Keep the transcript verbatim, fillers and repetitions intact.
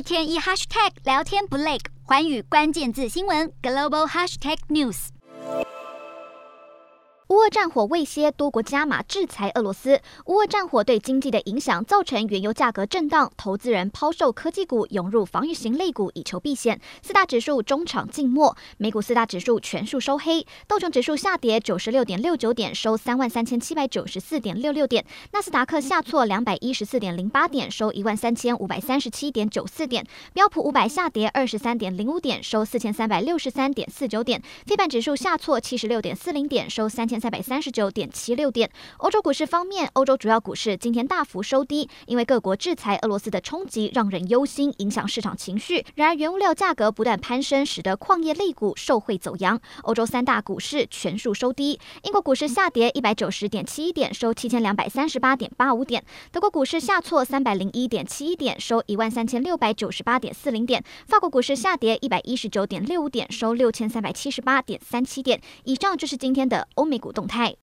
天一 hashtag 聊天不累，寰宇关键字新闻 global hashtag news。乌俄战火未歇，多国加码制裁俄罗斯。乌俄战火对经济的影响，造成原油价格震荡，投资人抛售科技股，涌入防御型类股以求避险。四大指数中场静默，美股四大指数全数收黑，道琼指数下跌九十六点六九点，收三万三千七百九十四点六六点；纳斯达克下挫两百一十四点零八点，收一万三千五百三十七点九四点；标普五百下跌二十三点零五点，收四千三百六十三点四九点；非半指数下挫七十六点四零点，收三千三百三十九点七六点。欧洲股市方面，欧洲主要股市今天大幅收低，因为各国制裁俄罗斯的冲击让人忧心，影响市场情绪。然而，原物料价格不断攀升，使得矿业类股受惠走扬。欧洲三大股市全数收低，英国股市下跌一百九十点七一点，收七千两百三十八点八五点；德国股市下挫三百零一点七一点，收一万三千六百九十八点四零点；法国股市下跌一百一十九点六五点，收六千三百七十八点三七点。以上就是今天的欧美股动态。